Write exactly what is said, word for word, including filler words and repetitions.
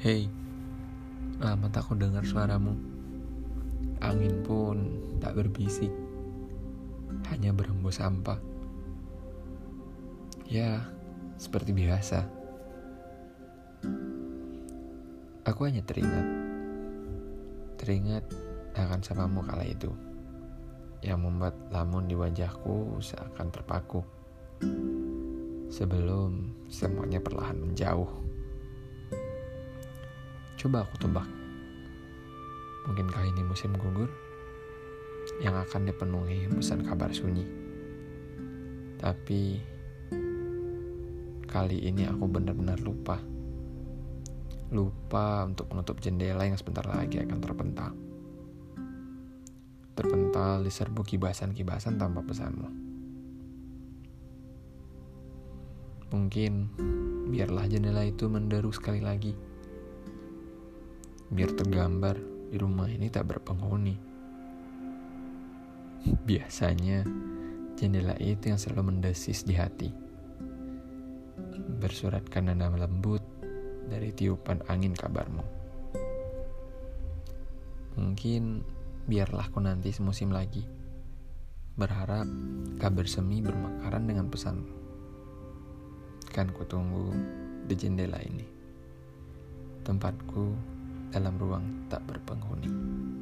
Hei, lama tak aku dengar suaramu. Angin pun tak berbisik, hanya berembus sampah. Ya, seperti biasa. Aku hanya teringat, teringat akan sapamu kala itu, yang membuat lamun di wajahku seakan terpaku. Sebelum semuanya perlahan menjauh. Coba aku tebak, mungkinkah ini musim gugur yang akan dipenuhi hembusan kabar sunyi? Tapi kali ini aku benar-benar lupa. Lupa untuk menutup jendela yang sebentar lagi akan terpental. Terpental di serbu kibasan-kibasan tanpa pesanmu. Mungkin biarlah jendela itu menderu sekali lagi. Biar tergambar di rumah ini tak berpenghuni. Biasanya jendela itu yang selalu mendesis di hati, bersuratkan nada lembut dari tiupan angin kabarmu. Mungkin biarlah ku nanti semusim lagi, berharap kabar semi bermekaran dengan pesanmu. Kan ku tunggu di jendela ini, tempatku dalam ruang tak berpenghuni.